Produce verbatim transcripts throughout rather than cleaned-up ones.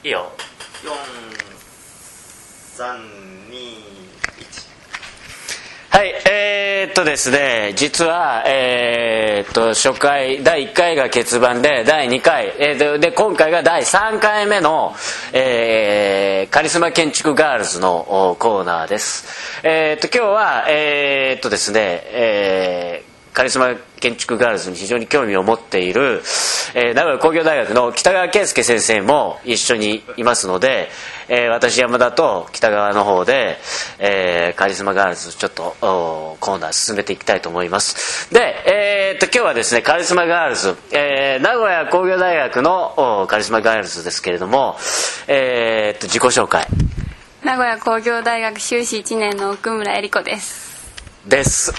いいよ。 よんさんにいち。 はい、えー、っとですね実は、えー、っと初回だいいっかいが欠番でだいにかい、えー、で, で今回がだいさんかいめの、えー、カリスマ建築ガールズのコーナーです。えー、っと今日はえー、っとですね、えーカリスマ建築ガールズに非常に興味を持っている、えー、名古屋工業大学の北川圭介先生も一緒にいますので、えー、私山田と北川の方で、えー、カリスマガールズちょっとコーナー進めていきたいと思います。で、えー、っと今日はですねカリスマガールズ、えー、名古屋工業大学のカリスマガールズですけれども、えー、っと自己紹介。 名古屋工業大学修士いちねんの奥村恵理子ですです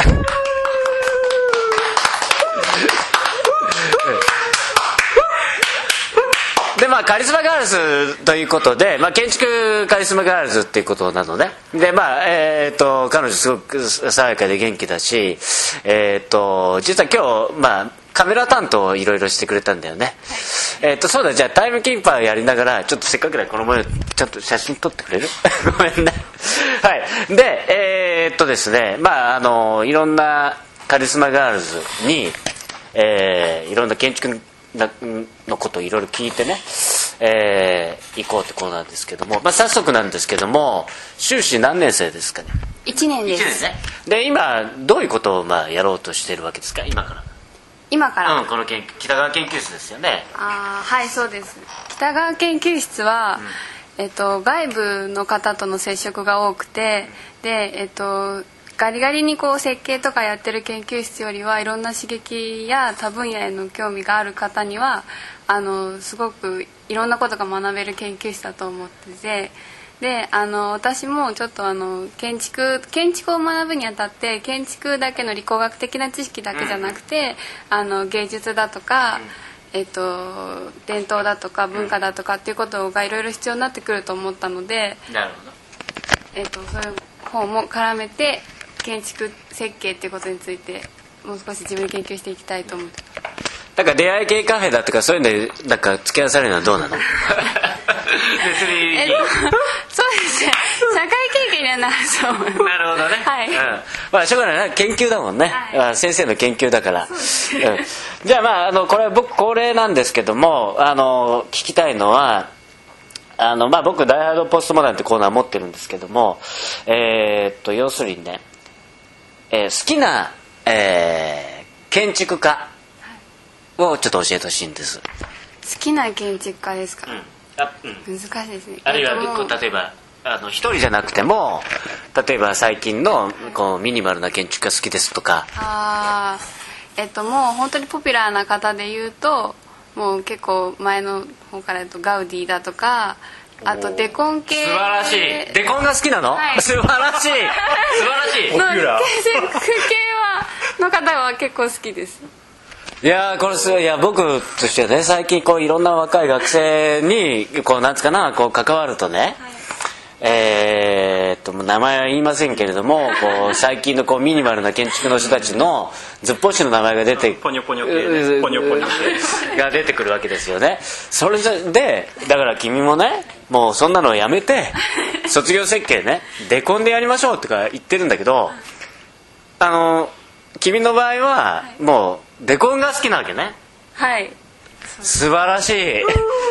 でまあカリスマガールズということで、まあ、建築カリスマガールズっていうことなのね。でまあえー、っと彼女すごく爽やかで元気だし、えー、っと実は今日まあカメラ担当をいろいろしてくれたんだよね。えー、っとそうだ、じゃあタイムキーパーやりながらちょっとせっかくだからこの前ちょっと写真撮ってくれるごめんねはいでえー、っとですねまああのいろんなカリスマガールズに、えー、いろんな建築のことをいろいろ聞いてね、えー、行こうってことなんですけども、まあ、早速なんですけども修士何年生ですかね。 いちねんです。 いちねんね。で今どういうことをまあやろうとしているわけですか今から。 今から、 うん、この研北川研究室ですよね。 あはいそうです。北川研究室は、うんえっと、外部の方との接触が多くて、でえっとガリガリにこう設計とかやってる研究室よりはいろんな刺激や多分野への興味がある方にはあのすごくいろんなことが学べる研究室だと思ってて、であの私もちょっとあの建築建築を学ぶにあたって建築だけの理工学的な知識だけじゃなくて、うん、あの芸術だとか、うんえっと、伝統だとか文化だとかっていうことがいろいろ必要になってくると思ったので、 なるほど、 えっと、そういう方も絡めて建築設計っていうことについてもう少し自分で研究していきたいと思って。 だから出会い系カフェだとかそういうのでなんか付き合わされるのはどうなの別にえでもそうですね社会経験にはなると思います。 なるほどね、 はい、 うん、まあしょうがないな研究だもんね、はい、先生の研究だから、うん、じゃあまああのこれは僕恒例なんですけどもあの聞きたいのはあの、まあ、僕ダイハードポストモダンってコーナー持ってるんですけども、えー、っと要するにね、えー、好きな、えー、建築家をちょっと教えてほしいんです。 好きな建築家ですか、うんあうん、 難しいですね。 あるいは例えばあの一人じゃなくても例えば最近のこうミニマルな建築家好きですとか。 あえっともう本当にポピュラーな方で言うともう結構前の方から言うとガウディだとかあとデコン系。 素晴らしい。デコンが好きなの、はい、素晴らしい素晴らしいポピュラー建築系はの方は結構好きです。 いやこれすごい。いや僕としてはね最近こういろんな若い学生にこうなんつかなこう関わるとね、はい、えー、っと名前は言いませんけれどもこう最近のこうミニマルな建築の人たちのずっぽしの名前が出てポニョポニョ系、ね、ポニョポニョ系が出てくるわけですよね。それでだから君もねもうそんなのやめて卒業設計ねデコンでやりましょうとか言ってるんだけどあの君の場合はもうデコンが好きなわけね。 はい素晴らしい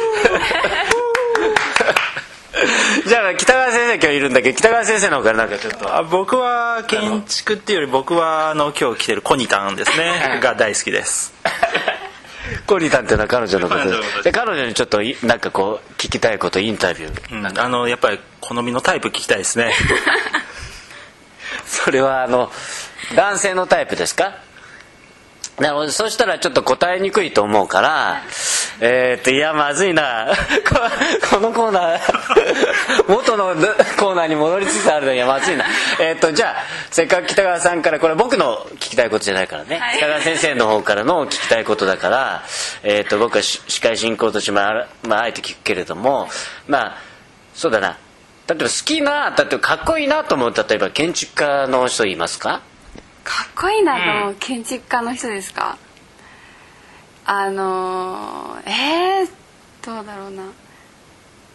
じゃあ北川先生今日いるんだけど北川先生の方からなんかちょっと。 あ僕は建築っていうより僕はあの今日来てるコニタンですねが大好きですコニタンっていうのは彼女のことですで彼女にちょっとなんかこう聞きたいことインタビュー、 うん、あのやっぱり好みのタイプ聞きたいですねそれはあの男性のタイプですか。なるほど。そしたらちょっと答えにくいと思うからえー、っといやまずいなこのコーナー元のコーナーに戻りつつあるのにはまずいな。えー、っとじゃあせっかく北川さんからこれ僕の聞きたいことじゃないからね、はい、北川先生の方からの聞きたいことだから、えー、っと僕は司会進行として、まあ、まああえて聞くけれどもまあそうだな例えば好きな例えばかっこいいなと思う例えば建築家の人いますか。 かっこいいなと思う建築家の人ですか、うん、あのえー、どうだろうな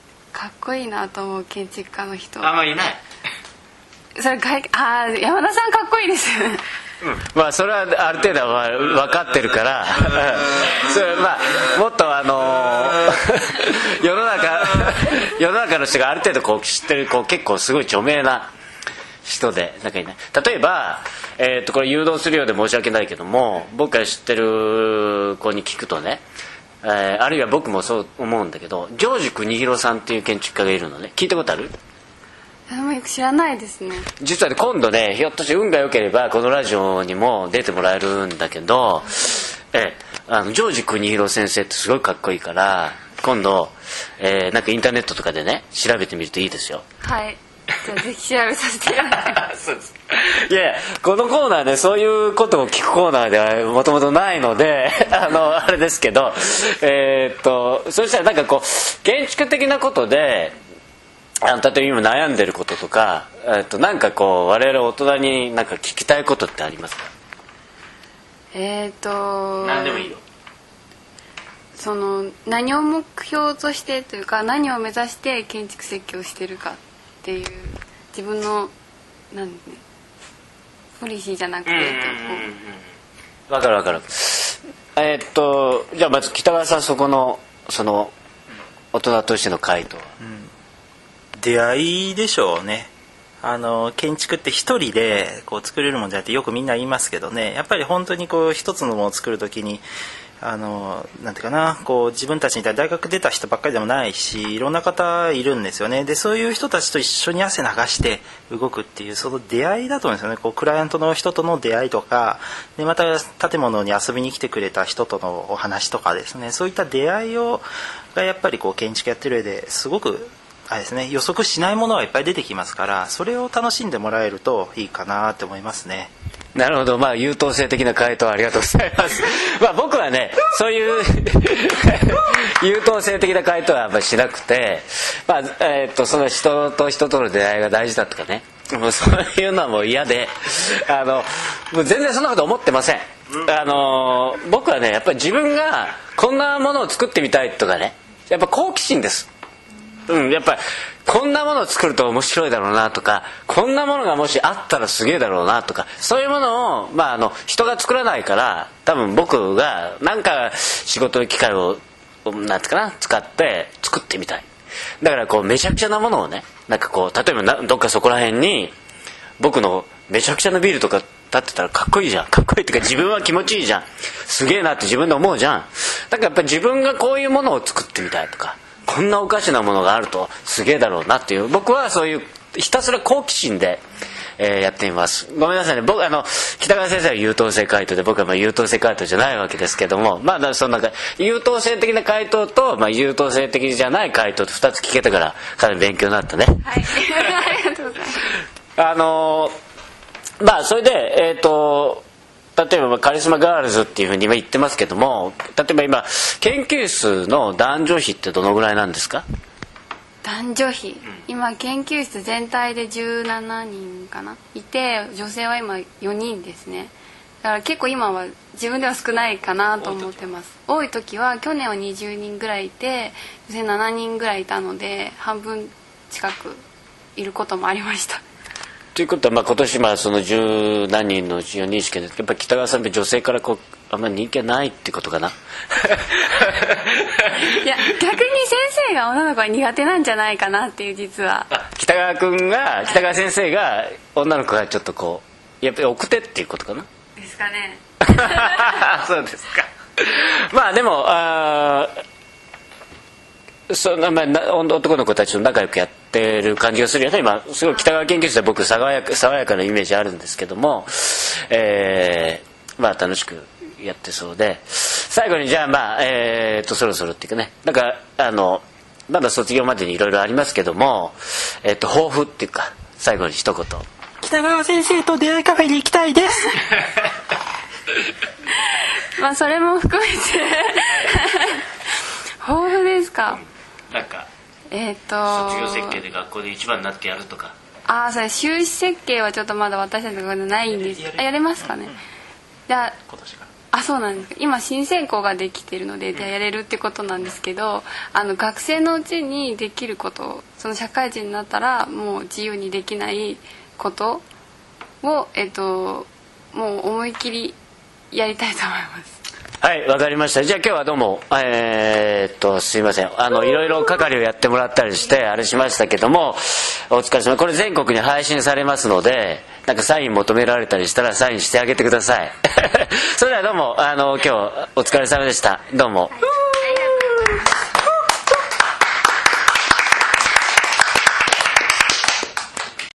かっこいいなと思う建築家の人あんまりいない。 それ外あ山田さんかっこいいですよね。 うん、まあそれはある程度は分かってるからそれまあもっとあのー、世の中世の中の人がある程度こう知ってるこう結構すごい著名な人でなんかいない。例えば、えー、とこれ誘導するようで申し訳ないけども、僕が知ってる子に聞くとね、えー、あるいは僕もそう思うんだけど、ジョージ国広さんっていう建築家がいるのね。聞いたことある？ あんまよく知らないですね。 実はね今度ねひょっとして運が良ければこのラジオにも出てもらえるんだけど、えあのジョージ国広先生ってすごいかっこいいから今度、えー、なんかインターネットとかでね調べてみるといいですよ。 はい、じゃあぜひ調べさせていただきますそうです。いやこのコーナーねそういうことを聞くコーナーではもともとないのであのあれですけど、えー、っとそしたらなんかこう建築的なことであの例えば今悩んでることとか、えっと、なんかこう我々大人になんか聞きたいことってありますか？ えっと何でもいいよ。 その何を目標としてというか何を目指して建築設計をしてるかっていう自分のなん、ね、ポリシーじゃなくてわかるわかる。えー、っとじゃあまず北川さんそこのその大人としての回答は、うん出会いでしょうね。あの建築って一人でこう作れるもんじゃなくてよくみんな言いますけどね、やっぱり本当にこう一つのものを作るときにあのなんていうかなこう自分たちみたいに大学出た人ばっかりでもないしいろんな方いるんですよね。でそういう人たちと一緒に汗流して動くっていうその出会いだと思うんですよね。こうクライアントの人との出会いとかでまた建物に遊びに来てくれた人とのお話とかですね、そういった出会いをがやっぱりこう建築やってる上ですごくあれですね、予測しないものがいっぱい出てきますからそれを楽しんでもらえるといいかなと思いますね。 なるほど、まあ優等生的な回答ありがとうございますまあ僕はねそういう優等生的な回答はやっぱりしなくて、まあえー、っとその人と人との出会いが大事だとかね、もうそういうのはもう嫌であのもう全然そんなこと思ってません。あの僕はねやっぱり自分がこんなものを作ってみたいとかね、やっぱ好奇心です。うん、やっぱりこんなものを作ると面白いだろうなとかこんなものがもしあったらすげえだろうなとかそういうものを、まあ、あの人が作らないから多分僕がなんか仕事の機会をなんていうかな使って作ってみたい。だからこうめちゃくちゃなものをねなんかこう例えばなどっかそこら辺に僕のめちゃくちゃなビルとか建ってたらかっこいいじゃん。かっこいいっていうか自分は気持ちいいじゃん。すげえなって自分で思うじゃん。だからやっぱり自分がこういうものを作ってみたいとかこんなおかしなものがあるとすげえだろうなっていう僕はそういうひたすら好奇心で、えー、やってみます。ごめんなさいね僕あの北川先生は優等生回答で僕はまあ優等生回答じゃないわけですけども、まあそんな優等生的な回答と、まあ、優等生的じゃない回答とふたつ聞けたからかなり勉強になったね。 はいありがとうございます。 あのー、まあそれでえっ、ー、と例えばカリスマガールズっていうふうに今言ってますけども、例えば今研究室の男女比ってどのぐらいなんですか？ 男女比、うん、今研究室全体でじゅうななにんかないて女性は今よにんですね。だから結構今は自分では少ないかなと思ってます。多い時は去年はにじゅうにんぐらいいて女性ななにんぐらいいたので半分近くいることもありました。 ということは、まあ、今年まあその十何人のうちよにんしかでやっぱり北川さんって女性からこうあんまり人気がないってことかな。いや逆に先生が女の子は苦手なんじゃないかなっていう実は北川君が北川先生が女の子がちょっとこうやっぱり奥手っていうことかなですかねそうですかまあでもあそんな、まあ、男の子たちと仲良くやってる感じがするよね。今すごい北川研究室は僕爽やか、爽やかなイメージあるんですけども、えー、まあ楽しくやってそうで、最後にじゃあまあえー、っとそろそろっていうかね、なんかあのまだ卒業までにいろいろありますけども、えー、っと抱負っていうか最後に一言。 北川先生と出会いカフェに行きたいですまあそれも含めて抱負ですか。 なんかえー、と卒業設計で学校で一番になってやるとか。 ああそれ修士設計はちょっとまだ私たちのところでないんです。あやれますかね。じゃあああ、そうなんです。今新専攻ができているのでやれるってことなんですけど、あの学生のうちにできること、その社会人になったらもう自由にできないことを、えっと、もう思い切りやりたいと思います。 はい、わかりました。じゃあ今日はどうもえー、っとすいません、あのいろいろ係をやってもらったりしてあれしましたけども、お疲れ様。これ全国に配信されますので、なんかサイン求められたりしたらサインしてあげてくださいそれではどうもあの今日お疲れ様でした。どうも、はい、ありがとうございます。